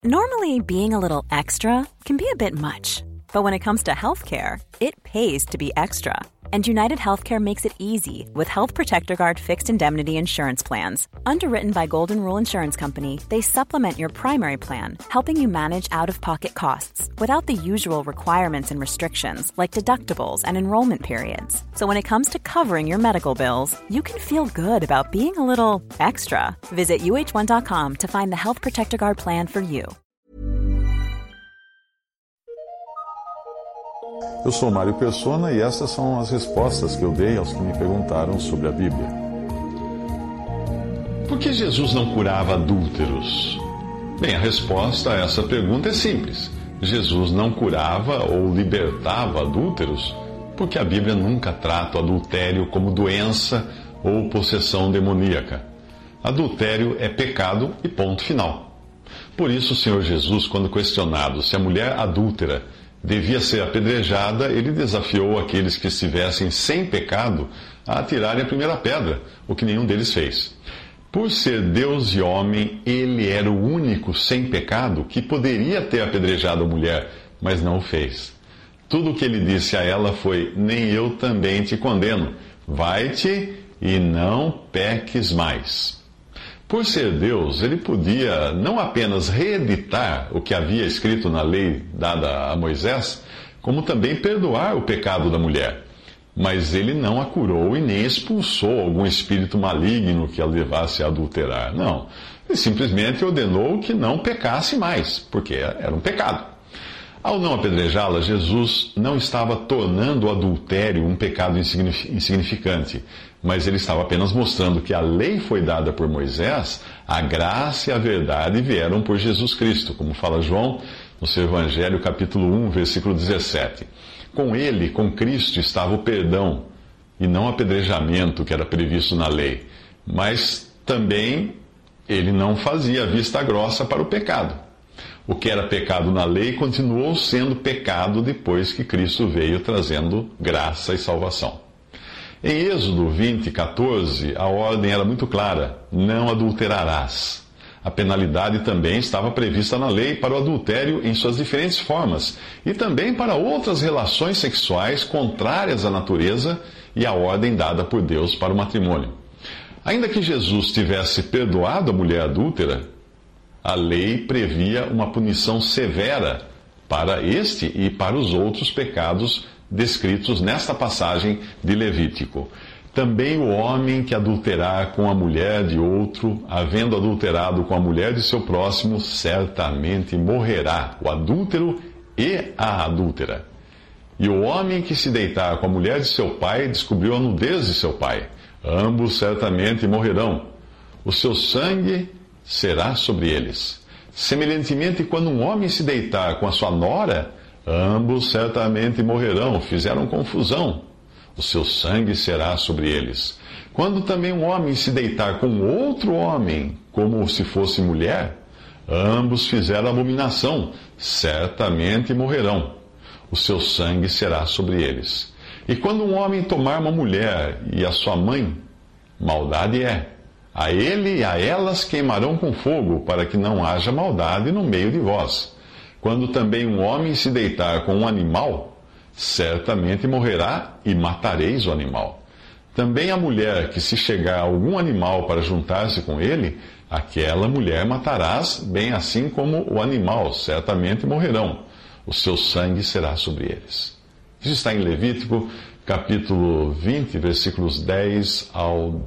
Normally, being a little extra can be a bit much. But when it comes to healthcare, it pays to be extra. And United Healthcare makes it easy with Health Protector Guard fixed indemnity insurance plans. Underwritten by Golden Rule Insurance Company, they supplement your primary plan, helping you manage out-of-pocket costs without the usual requirements and restrictions like deductibles and enrollment periods. So when it comes to covering your medical bills, you can feel good about being a little extra. Visit uh1.com to find the Health Protector Guard plan for you. Eu sou Mário Persona e essas são as respostas que eu dei aos que me perguntaram sobre a Bíblia. Por que Jesus não curava adúlteros? Bem, a resposta a essa pergunta é simples. Jesus não curava ou libertava adúlteros porque a Bíblia nunca trata o adultério como doença ou possessão demoníaca. Adultério é pecado e ponto final. Por isso, o Senhor Jesus, quando questionado se a mulher adúltera devia ser apedrejada, ele desafiou aqueles que estivessem sem pecado a atirarem a primeira pedra, o que nenhum deles fez. Por ser Deus e homem, ele era o único sem pecado que poderia ter apedrejado a mulher, mas não o fez. Tudo o que ele disse a ela foi: nem eu também te condeno. Vai-te e não peques mais. Por ser Deus, ele podia não apenas reeditar o que havia escrito na lei dada a Moisés, como também perdoar o pecado da mulher. Mas ele não a curou e nem expulsou algum espírito maligno que a levasse a adulterar. Não. Ele simplesmente ordenou que não pecasse mais, porque era um pecado. Ao não apedrejá-la, Jesus não estava tornando o adultério um pecado insignificante, mas ele estava apenas mostrando que a lei foi dada por Moisés, a graça e a verdade vieram por Jesus Cristo, como fala João no seu Evangelho, capítulo 1, versículo 17. Com ele, com Cristo, estava o perdão, e não o apedrejamento que era previsto na lei. Mas também ele não fazia vista grossa para o pecado. O que era pecado na lei continuou sendo pecado depois que Cristo veio trazendo graça e salvação. Em Êxodo 20, 14, a ordem era muito clara: não adulterarás. A penalidade também estava prevista na lei para o adultério em suas diferentes formas e também para outras relações sexuais contrárias à natureza e à ordem dada por Deus para o matrimônio. Ainda que Jesus tivesse perdoado a mulher adúltera, a lei previa uma punição severa para este e para os outros pecados descritos nesta passagem de Levítico. Também o homem que adulterar com a mulher de outro, havendo adulterado com a mulher de seu próximo, certamente morrerá, o adúltero e a adúltera. E o homem que se deitar com a mulher de seu pai descobriu a nudez de seu pai. Ambos certamente morrerão. O seu sangue será sobre eles. Semelhantemente, quando um homem se deitar com a sua nora, ambos certamente morrerão, fizeram confusão. O seu sangue será sobre eles. Quando também um homem se deitar com outro homem, como se fosse mulher, ambos fizeram abominação, certamente morrerão. O seu sangue será sobre eles. E quando um homem tomar uma mulher e a sua mãe, maldade é. A ele e a elas queimarão com fogo, para que não haja maldade no meio de vós. Quando também um homem se deitar com um animal, certamente morrerá e matareis o animal. Também a mulher que se chegar a algum animal para juntar-se com ele, aquela mulher matarás, bem assim como o animal, certamente morrerão. O seu sangue será sobre eles. Isso está em Levítico, capítulo 20, versículos 10 ao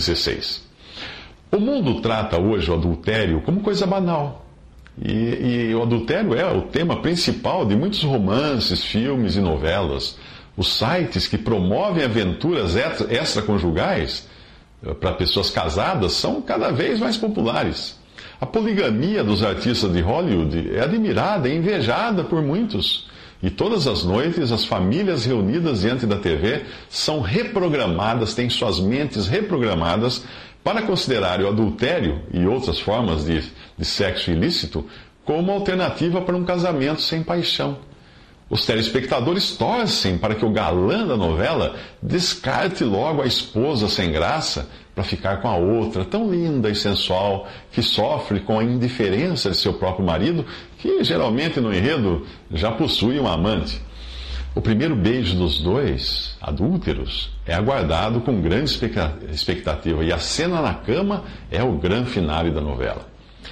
16. O mundo trata hoje o adultério como coisa banal. E o adultério é o tema principal de muitos romances, filmes e novelas. Os sites que promovem aventuras extraconjugais para pessoas casadas são cada vez mais populares. A poligamia dos artistas de Hollywood é admirada e invejada por muitos. E todas as noites, as famílias reunidas diante da TV são reprogramadas, têm suas mentes reprogramadas para considerar o adultério e outras formas de sexo ilícito como alternativa para um casamento sem paixão. Os telespectadores torcem para que o galã da novela descarte logo a esposa sem graça para ficar com a outra, tão linda e sensual, que sofre com a indiferença de seu próprio marido, que geralmente no enredo já possui uma amante. O primeiro beijo dos dois adúlteros é aguardado com grande expectativa, e a cena na cama é o grande finale da novela.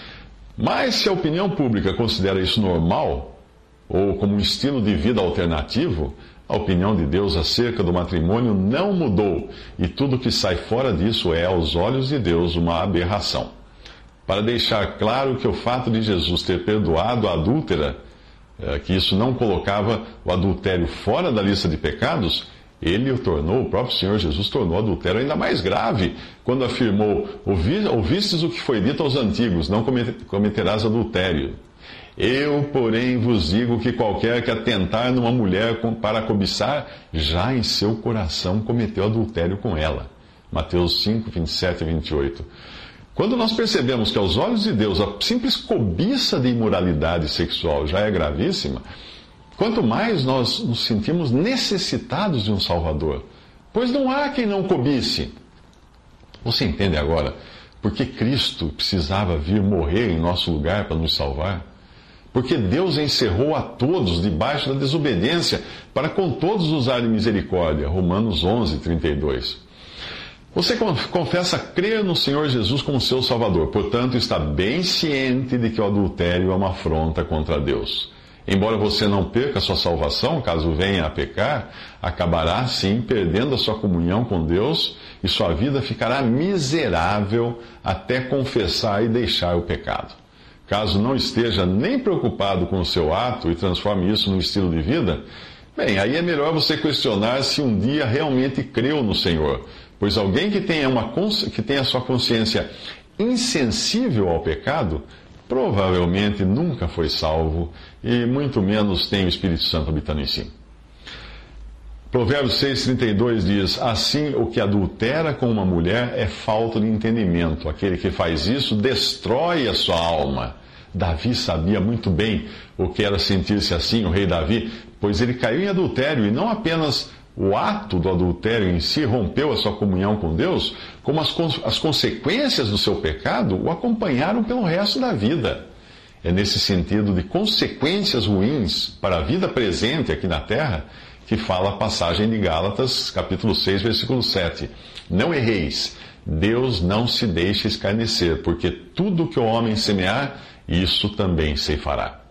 Mas se a opinião pública considera isso normal, ou como um estilo de vida alternativo, a opinião de Deus acerca do matrimônio não mudou, e tudo que sai fora disso é, aos olhos de Deus, uma aberração. Para deixar claro que o fato de Jesus ter perdoado a adúltera, que isso não colocava o adultério fora da lista de pecados, o próprio Senhor Jesus tornou o adultério ainda mais grave, quando afirmou: ouvistes o que foi dito aos antigos, não cometerás adultério. Eu, porém, vos digo que qualquer que atentar numa mulher para cobiçar, já em seu coração cometeu adultério com ela. Mateus 5, 27 e 28. Quando nós percebemos que aos olhos de Deus a simples cobiça de imoralidade sexual já é gravíssima, quanto mais nós nos sentimos necessitados de um Salvador, pois não há quem não cobice. Você entende agora por que Cristo precisava vir morrer em nosso lugar para nos salvar? Porque Deus encerrou a todos debaixo da desobediência, para com todos usar de misericórdia. Romanos 11, 32. Você confessa crer no Senhor Jesus como seu Salvador, portanto está bem ciente de que o adultério é uma afronta contra Deus. Embora você não perca a sua salvação, caso venha a pecar, acabará sim perdendo a sua comunhão com Deus e sua vida ficará miserável até confessar e deixar o pecado. Caso não esteja nem preocupado com o seu ato e transforme isso num estilo de vida, bem, aí é melhor você questionar se um dia realmente creu no Senhor, pois alguém que tenha sua consciência insensível ao pecado, provavelmente nunca foi salvo e muito menos tem o Espírito Santo habitando em si. Provérbios 6,32 diz: assim, o que adultera com uma mulher é falta de entendimento. Aquele que faz isso destrói a sua alma. Davi sabia muito bem o que era sentir-se assim, o rei Davi, pois ele caiu em adultério, e não apenas o ato do adultério em si rompeu a sua comunhão com Deus, como as consequências do seu pecado o acompanharam pelo resto da vida. É nesse sentido de consequências ruins para a vida presente aqui na terra que fala a passagem de Gálatas, capítulo 6, versículo 7. Não erreis, Deus não se deixa escarnecer, porque tudo que o homem semear, isso também ceifará.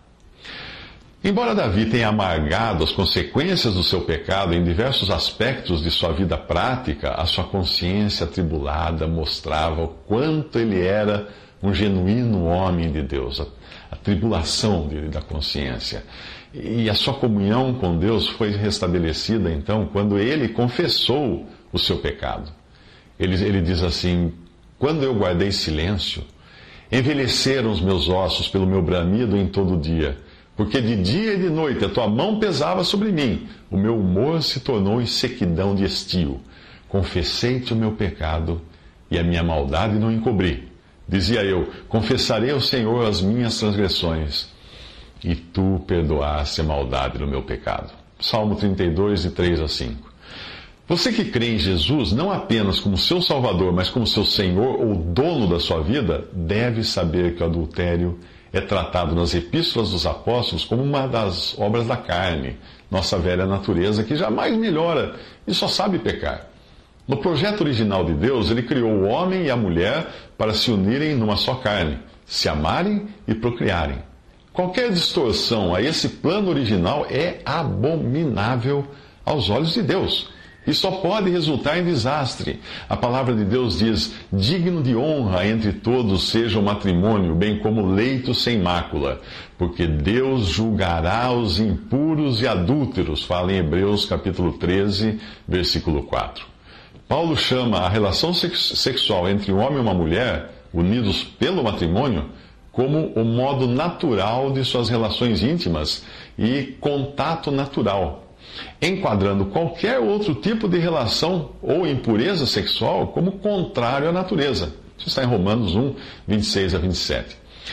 Embora Davi tenha amargado as consequências do seu pecado em diversos aspectos de sua vida prática, a sua consciência atribulada mostrava o quanto ele era um genuíno homem de Deus, a tribulação da consciência. E a sua comunhão com Deus foi restabelecida, então, quando ele confessou o seu pecado. Ele diz assim: quando eu guardei silêncio, envelheceram os meus ossos pelo meu bramido em todo dia, porque de dia e de noite a tua mão pesava sobre mim, o meu humor se tornou em sequidão de estio. Confessei-te o meu pecado e a minha maldade não encobri. Dizia eu: confessarei ao Senhor as minhas transgressões, e tu perdoaste a maldade do meu pecado. Salmo 32, de 3 a 5. Você que crê em Jesus, não apenas como seu Salvador, mas como seu Senhor ou dono da sua vida, deve saber que o adultério é tratado nas epístolas dos apóstolos como uma das obras da carne, nossa velha natureza que jamais melhora e só sabe pecar. No projeto original de Deus, ele criou o homem e a mulher para se unirem numa só carne, se amarem e procriarem. Qualquer distorção a esse plano original é abominável aos olhos de Deus e só pode resultar em desastre. A palavra de Deus diz: digno de honra entre todos seja o matrimônio, bem como leito sem mácula, porque Deus julgará os impuros e adúlteros. Fala em Hebreus capítulo 13, versículo 4. Paulo chama a relação sexual entre um homem e uma mulher, unidos pelo matrimônio, como o modo natural de suas relações íntimas e contato natural, enquadrando qualquer outro tipo de relação ou impureza sexual como contrário à natureza. Isso está em Romanos 1, 26 a 27.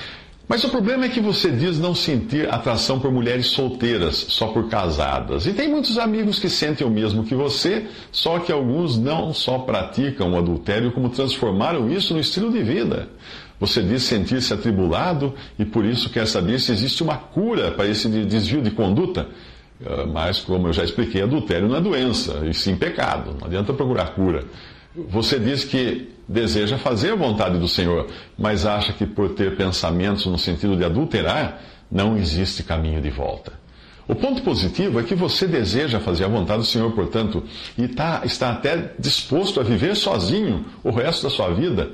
Mas o problema é que você diz não sentir atração por mulheres solteiras, só por casadas. E tem muitos amigos que sentem o mesmo que você, só que alguns não só praticam o adultério, como transformaram isso no estilo de vida. Você diz sentir-se atribulado e por isso quer saber se existe uma cura para esse desvio de conduta. Mas, como eu já expliquei, adultério não é doença, e sim pecado. Não adianta procurar cura. Você diz que deseja fazer a vontade do Senhor, mas acha que por ter pensamentos no sentido de adulterar, não existe caminho de volta. O ponto positivo é que você deseja fazer a vontade do Senhor, portanto, e está até disposto a viver sozinho o resto da sua vida,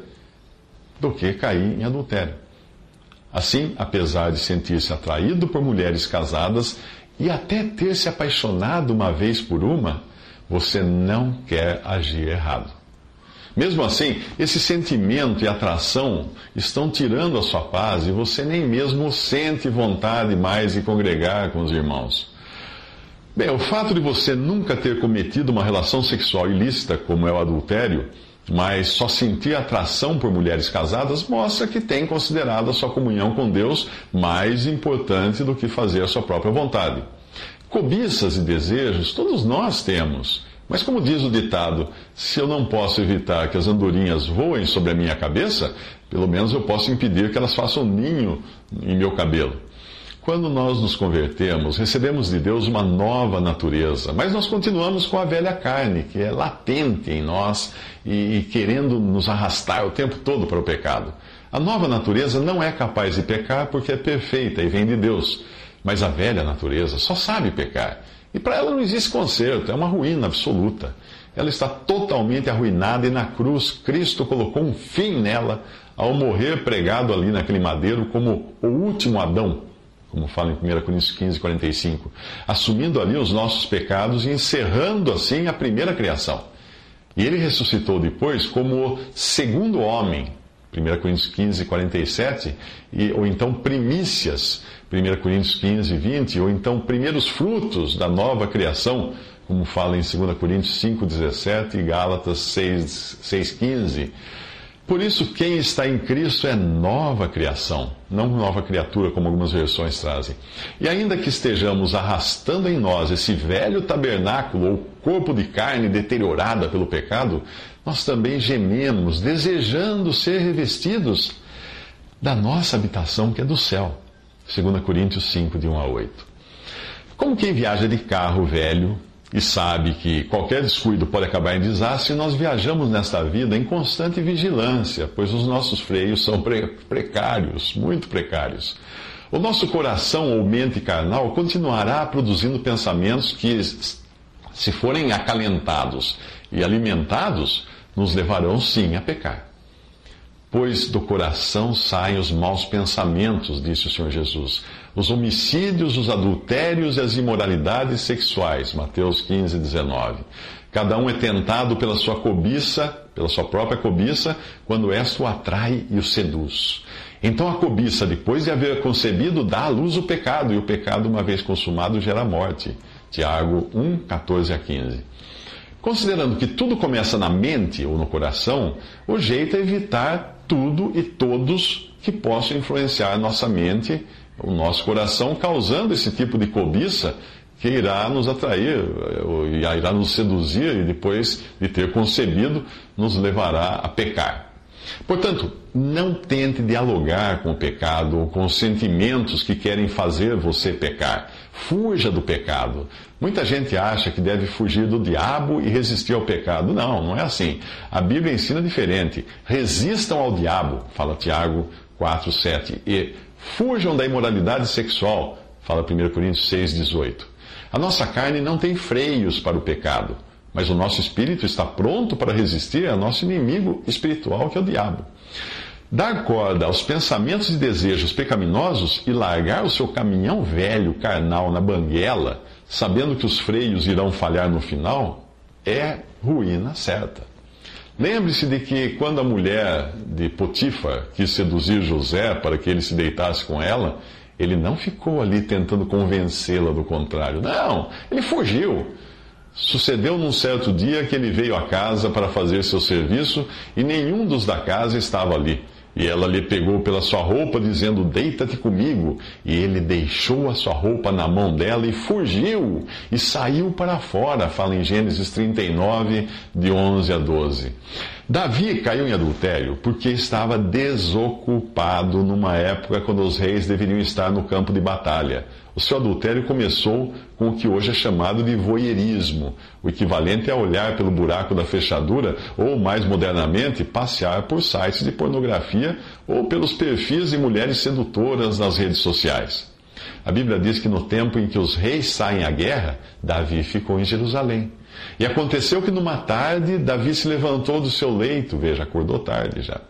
do que cair em adultério. Assim, apesar de sentir-se atraído por mulheres casadas e até ter se apaixonado uma vez por uma, você não quer agir errado. Mesmo assim, esse sentimento e atração estão tirando a sua paz e você nem mesmo sente vontade mais de congregar com os irmãos. Bem, o fato de você nunca ter cometido uma relação sexual ilícita, como é o adultério, mas só sentir atração por mulheres casadas, mostra que tem considerado a sua comunhão com Deus mais importante do que fazer a sua própria vontade. Cobiças e desejos todos nós temos. Mas como diz o ditado, se eu não posso evitar que as andorinhas voem sobre a minha cabeça, pelo menos eu posso impedir que elas façam ninho em meu cabelo. Quando nós nos convertemos, recebemos de Deus uma nova natureza, mas nós continuamos com a velha carne, que é latente em nós e querendo nos arrastar o tempo todo para o pecado. A nova natureza não é capaz de pecar porque é perfeita e vem de Deus, mas a velha natureza só sabe pecar. E para ela não existe conserto, é uma ruína absoluta. Ela está totalmente arruinada e na cruz Cristo colocou um fim nela ao morrer pregado ali naquele madeiro como o último Adão, como fala em 1 Coríntios 15, 45, assumindo ali os nossos pecados e encerrando assim a primeira criação. E ele ressuscitou depois como o segundo homem, 1 Coríntios 15, 47, ou então primícias, 1 Coríntios 15, 20, ou então primeiros frutos da nova criação, como fala em 2 Coríntios 5, 17 e Gálatas 6, 15. Por isso, quem está em Cristo é nova criação, não nova criatura, como algumas versões trazem. E ainda que estejamos arrastando em nós esse velho tabernáculo ou corpo de carne deteriorada pelo pecado, nós também gememos, desejando ser revestidos da nossa habitação que é do céu. 2 Coríntios 5, de 1 a 8. Como quem viaja de carro velho e sabe que qualquer descuido pode acabar em desastre, nós viajamos nesta vida em constante vigilância, pois os nossos freios são precários, muito precários. O nosso coração ou mente carnal continuará produzindo pensamentos que, se forem acalentados e alimentados, nos levarão sim a pecar. Pois do coração saem os maus pensamentos, disse o Senhor Jesus, os homicídios, os adultérios e as imoralidades sexuais, Mateus 15, 19. Cada um é tentado pela sua cobiça, pela sua própria cobiça, quando esta o atrai e o seduz. Então a cobiça, depois de haver concebido, dá à luz o pecado, e o pecado, uma vez consumado, gera morte. Tiago 1, 14 a 15. Considerando que tudo começa na mente ou no coração, o jeito é evitar tudo e todos que possam influenciar a nossa mente, o nosso coração, causando esse tipo de cobiça que irá nos atrair, irá nos seduzir e depois de ter concebido, nos levará a pecar. Portanto, não tente dialogar com o pecado ou com os sentimentos que querem fazer você pecar. Fuja do pecado. Muita gente acha que deve fugir do diabo e resistir ao pecado. Não, não é assim. A Bíblia ensina diferente. Resistam ao diabo, fala Tiago 4, 7. E fujam da imoralidade sexual, fala 1 Coríntios 6, 18. A nossa carne não tem freios para o pecado, mas o nosso espírito está pronto para resistir ao nosso inimigo espiritual, que é o diabo. Dar corda aos pensamentos e desejos pecaminosos e largar o seu caminhão velho, carnal, na banguela, sabendo que os freios irão falhar no final, é ruína certa. Lembre-se de que quando a mulher de Potifar quis seduzir José para que ele se deitasse com ela, ele não ficou ali tentando convencê-la do contrário. Não, ele fugiu. Sucedeu num certo dia que ele veio à casa para fazer seu serviço e nenhum dos da casa estava ali. E ela lhe pegou pela sua roupa, dizendo: deita-te comigo. E ele deixou a sua roupa na mão dela e fugiu, e saiu para fora. Fala em Gênesis 39, de 11 a 12. Davi caiu em adultério porque estava desocupado numa época quando os reis deveriam estar no campo de batalha. O seu adultério começou com o que hoje é chamado de voyeurismo, o equivalente a olhar pelo buraco da fechadura ou, mais modernamente, passear por sites de pornografia ou pelos perfis de mulheres sedutoras nas redes sociais. A Bíblia diz que no tempo em que os reis saem à guerra, Davi ficou em Jerusalém. E aconteceu que numa tarde, Davi se levantou do seu leito, veja, acordou tarde já,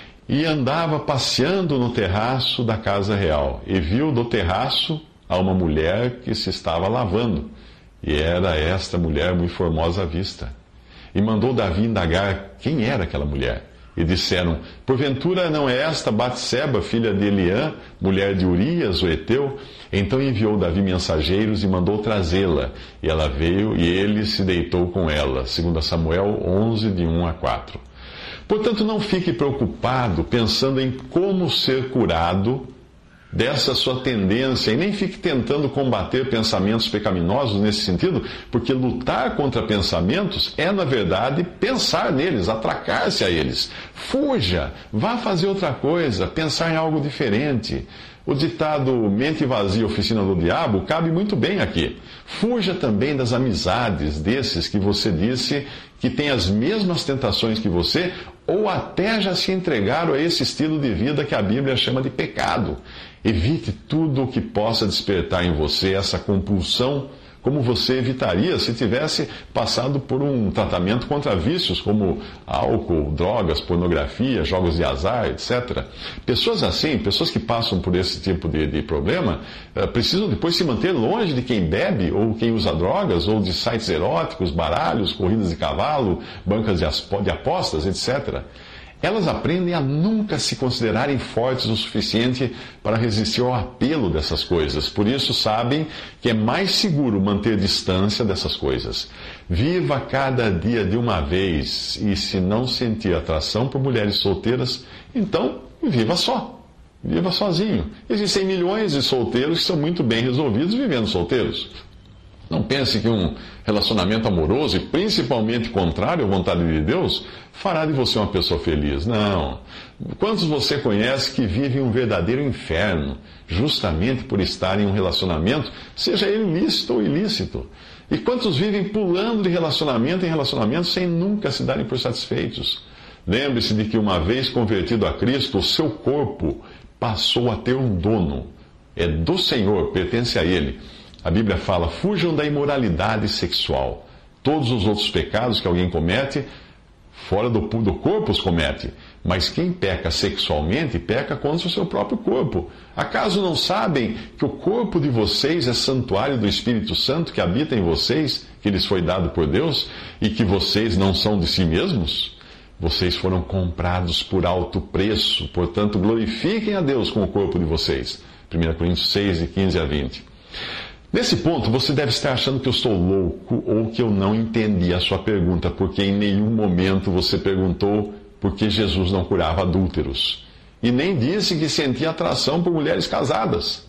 e andava passeando no terraço da casa real, e viu do terraço a uma mulher que se estava lavando, e era esta mulher muito formosa à vista. E mandou Davi indagar quem era aquela mulher. E disseram: porventura não é esta Batseba, filha de Eliã, mulher de Urias, o heteu? Então enviou Davi mensageiros e mandou trazê-la. E ela veio e ele se deitou com ela. 2 Samuel 11, de 1 a 4. Portanto, não fique preocupado pensando em como ser curado dessa sua tendência, e nem fique tentando combater pensamentos pecaminosos nesse sentido, porque lutar contra pensamentos é, na verdade, pensar neles, atracar-se a eles. Fuja, vá fazer outra coisa, pensar em algo diferente. O ditado mente vazia, oficina do diabo, cabe muito bem aqui. Fuja também das amizades desses que você disse que têm as mesmas tentações que você, ou até já se entregaram a esse estilo de vida que a Bíblia chama de pecado. Evite tudo o que possa despertar em você essa compulsão, como você evitaria se tivesse passado por um tratamento contra vícios como álcool, drogas, pornografia, jogos de azar, etc. Pessoas assim, pessoas que passam por esse tipo de problema, precisam depois se manter longe de quem bebe ou quem usa drogas, ou de sites eróticos, baralhos, corridas de cavalo, bancas de apostas, etc. Elas aprendem a nunca se considerarem fortes o suficiente para resistir ao apelo dessas coisas. Por isso sabem que é mais seguro manter distância dessas coisas. Viva cada dia de uma vez, e se não sentir atração por mulheres solteiras, então viva só. Viva sozinho. Existem milhões de solteiros que são muito bem resolvidos vivendo solteiros. Não pense que um relacionamento amoroso, e principalmente contrário à vontade de Deus, fará de você uma pessoa feliz. Não. Quantos você conhece que vivem um verdadeiro inferno, justamente por estar em um relacionamento, seja ele lícito ou ilícito? E quantos vivem pulando de relacionamento em relacionamento sem nunca se darem por satisfeitos? Lembre-se de que uma vez convertido a Cristo, o seu corpo passou a ter um dono. É do Senhor, pertence a Ele. A Bíblia fala: fujam da imoralidade sexual. Todos os outros pecados que alguém comete, fora do corpo os comete. Mas quem peca sexualmente, peca contra o seu próprio corpo. Acaso não sabem que o corpo de vocês é santuário do Espírito Santo que habita em vocês, que lhes foi dado por Deus, e que vocês não são de si mesmos? Vocês foram comprados por alto preço, portanto glorifiquem a Deus com o corpo de vocês. 1 Coríntios 6, de 15 a 20. Nesse ponto, você deve estar achando que eu estou louco ou que eu não entendi a sua pergunta, porque em nenhum momento você perguntou por que Jesus não curava adúlteros. E nem disse que sentia atração por mulheres casadas.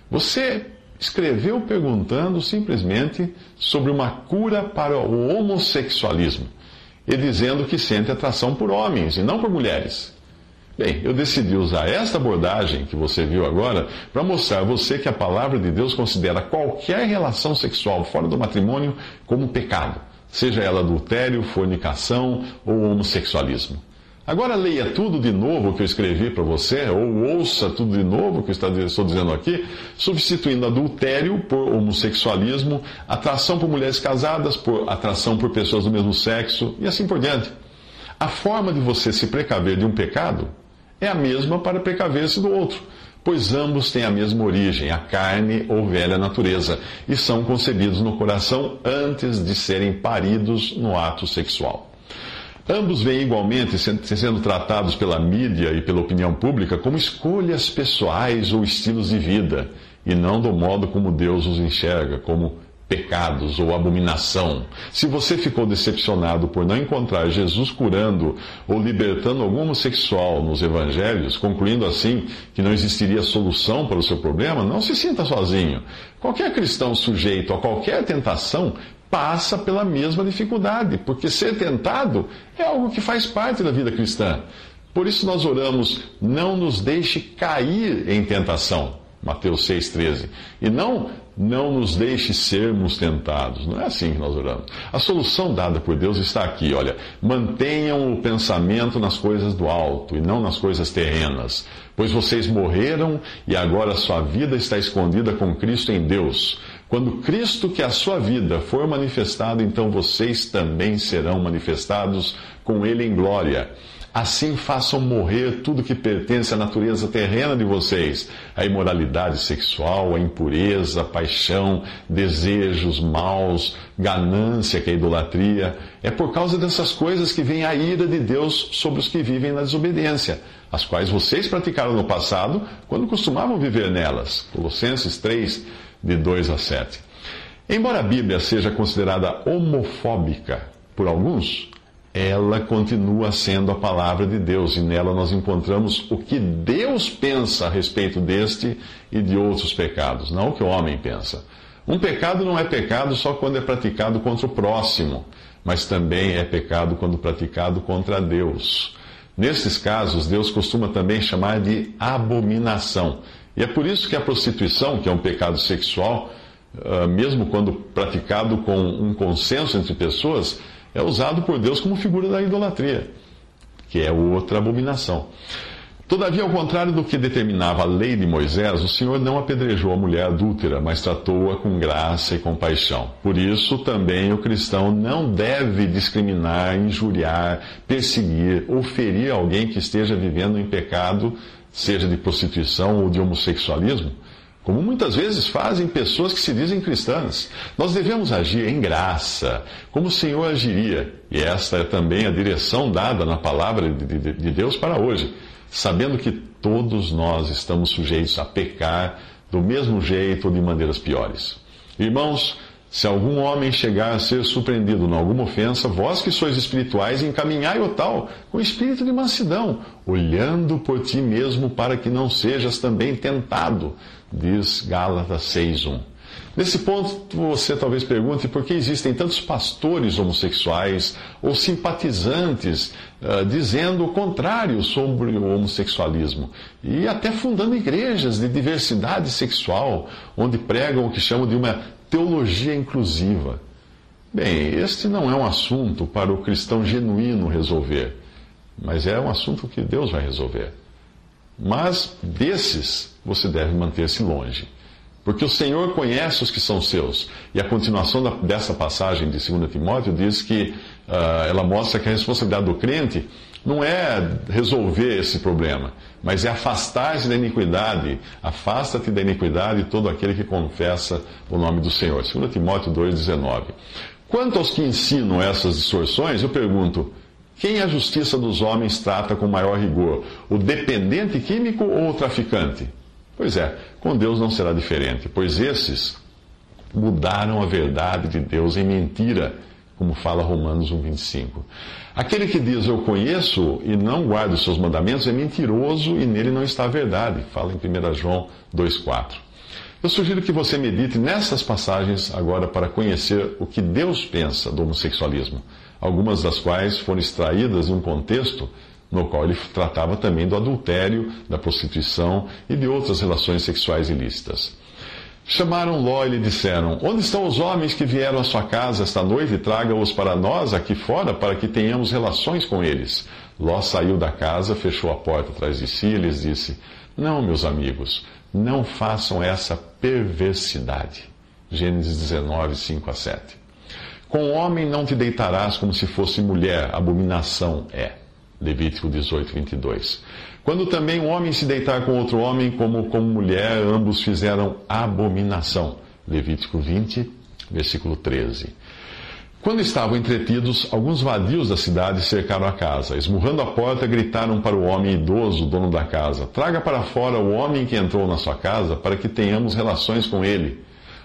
Você escreveu perguntando simplesmente sobre uma cura para o homossexualismo e dizendo que sente atração por homens e não por mulheres. Bem, eu decidi usar esta abordagem que você viu agora para mostrar a você que a palavra de Deus considera qualquer relação sexual fora do matrimônio como pecado, seja ela adultério, fornicação ou homossexualismo. Agora leia tudo de novo o que eu escrevi para você, ou ouça tudo de novo o que eu estou dizendo aqui, substituindo adultério por homossexualismo, atração por mulheres casadas, por atração por pessoas do mesmo sexo e assim por diante. A forma de você se precaver de um pecado é a mesma para precaver-se do outro, pois ambos têm a mesma origem, a carne ou velha natureza, e são concebidos no coração antes de serem paridos no ato sexual. Ambos vêm igualmente sendo tratados pela mídia e pela opinião pública como escolhas pessoais ou estilos de vida, e não do modo como Deus os enxerga, como pecados ou abominação. Se você ficou decepcionado por não encontrar Jesus curando ou libertando algum homossexual nos evangelhos, concluindo assim que não existiria solução para o seu problema, não se sinta sozinho. Qualquer cristão sujeito a qualquer tentação passa pela mesma dificuldade, porque ser tentado é algo que faz parte da vida cristã. Por isso nós oramos, não nos deixe cair em tentação. Mateus 6,13. E não nos deixe sermos tentados. Não é assim que nós oramos. A solução dada por Deus está aqui, olha. Mantenham o pensamento nas coisas do alto e não nas coisas terrenas. Pois vocês morreram e agora a sua vida está escondida com Cristo em Deus. Quando Cristo, que é a sua vida, for manifestado, então vocês também serão manifestados com Ele em glória. Assim façam morrer tudo que pertence à natureza terrena de vocês: a imoralidade sexual, a impureza, a paixão, desejos maus, ganância, que é a idolatria. É por causa dessas coisas que vem a ira de Deus sobre os que vivem na desobediência, as quais vocês praticaram no passado, quando costumavam viver nelas. Colossenses 3, de 2 a 7. Embora a Bíblia seja considerada homofóbica por alguns, ela continua sendo a palavra de Deus, e nela nós encontramos o que Deus pensa a respeito deste e de outros pecados, não o que o homem pensa. Um pecado não é pecado só quando é praticado contra o próximo, mas também é pecado quando praticado contra Deus. Nesses casos, Deus costuma também chamar de abominação. E é por isso que a prostituição, que é um pecado sexual, mesmo quando praticado com um consenso entre pessoas, é usado por Deus como figura da idolatria, que é outra abominação. Todavia, ao contrário do que determinava a lei de Moisés, o Senhor não apedrejou a mulher adúltera, mas tratou-a com graça e compaixão. Por isso, também o cristão não deve discriminar, injuriar, perseguir ou ferir alguém que esteja vivendo em pecado, seja de prostituição ou de homossexualismo, como muitas vezes fazem pessoas que se dizem cristãs. Nós devemos agir em graça, como o Senhor agiria. E esta é também a direção dada na palavra de Deus para hoje, sabendo que todos nós estamos sujeitos a pecar do mesmo jeito ou de maneiras piores. Irmãos, se algum homem chegar a ser surpreendido em alguma ofensa, vós que sois espirituais, encaminhai o tal com espírito de mansidão, olhando por ti mesmo para que não sejas também tentado, diz Gálatas 6:1. Nesse ponto, você talvez pergunte por que existem tantos pastores homossexuais ou simpatizantes dizendo o contrário sobre o homossexualismo e até fundando igrejas de diversidade sexual, onde pregam o que chamam de uma teologia inclusiva. Bem, este não é um assunto para o cristão genuíno resolver, mas é um assunto que Deus vai resolver. Mas desses você deve manter-se longe, porque o Senhor conhece os que são seus. E a continuação dessa passagem de 2 Timóteo diz que ela mostra que a responsabilidade do crente não é resolver esse problema, mas é afastar-se da iniquidade. Afasta-te da iniquidade todo aquele que confessa o nome do Senhor. 2 Timóteo 2,19. Quanto aos que ensinam essas distorções, eu pergunto: quem a justiça dos homens trata com maior rigor? O dependente químico ou o traficante? Pois é, com Deus não será diferente, pois esses mudaram a verdade de Deus em mentira, como fala Romanos 1,25. Aquele que diz eu conheço e não guarda os seus mandamentos é mentiroso e nele não está a verdade, fala em 1 João 2,4. Eu sugiro que você medite nessas passagens agora para conhecer o que Deus pensa do homossexualismo, algumas das quais foram extraídas de um contexto no qual ele tratava também do adultério, da prostituição e de outras relações sexuais ilícitas. Chamaram Ló e lhe disseram: onde estão os homens que vieram à sua casa esta noite e traga-os para nós aqui fora, para que tenhamos relações com eles? Ló saiu da casa, fechou a porta atrás de si e lhes disse: não, meus amigos, não façam essa perversidade. Gênesis 19, 5 a 7. Com o homem não te deitarás como se fosse mulher, abominação é. Levítico 18, 22. Quando também um homem se deitar com outro homem como mulher, ambos fizeram abominação. Levítico 20, versículo 13. Quando estavam entretidos, alguns vadios da cidade cercaram a casa. Esmurrando a porta, gritaram para o homem idoso, dono da casa: traga para fora o homem que entrou na sua casa, para que tenhamos relações com ele.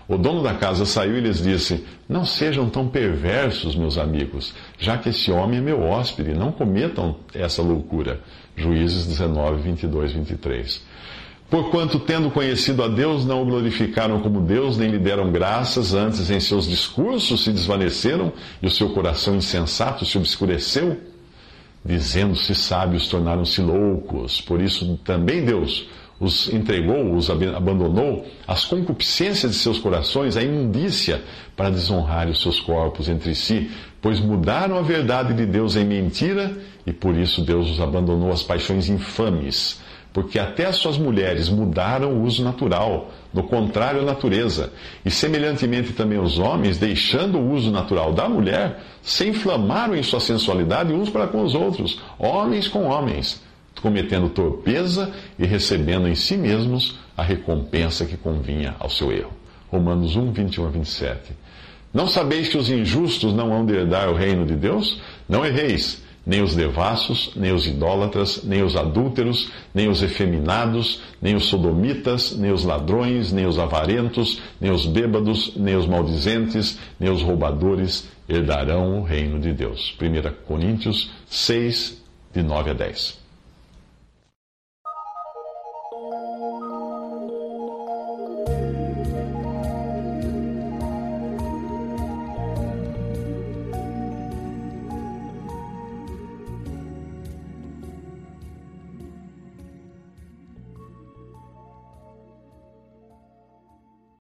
O dono da casa saiu e lhes disse: não sejam tão perversos, meus amigos, já que esse homem é meu hóspede, não cometam essa loucura. Juízes 19, 22, 23. Porquanto, tendo conhecido a Deus, não o glorificaram como Deus, nem lhe deram graças, antes em seus discursos se desvaneceram, e o seu coração insensato se obscureceu. Dizendo-se sábios, tornaram-se loucos. Por isso também Deus os entregou, os abandonou, às concupiscências de seus corações, à imundícia, para desonrar os seus corpos entre si, pois mudaram a verdade de Deus em mentira, e por isso Deus os abandonou às paixões infames, porque até as suas mulheres mudaram o uso natural, no contrário à natureza, e semelhantemente também os homens, deixando o uso natural da mulher, se inflamaram em sua sensualidade uns para com os outros, homens com homens, cometendo torpeza e recebendo em si mesmos a recompensa que convinha ao seu erro. Romanos 1, 21 a 27. Não sabeis que os injustos não hão de herdar o reino de Deus? Não erreis, nem os devassos, nem os idólatras, nem os adúlteros, nem os efeminados, nem os sodomitas, nem os ladrões, nem os avarentos, nem os bêbados, nem os maldizentes, nem os roubadores herdarão o reino de Deus. 1 Coríntios 6, de 9 a 10.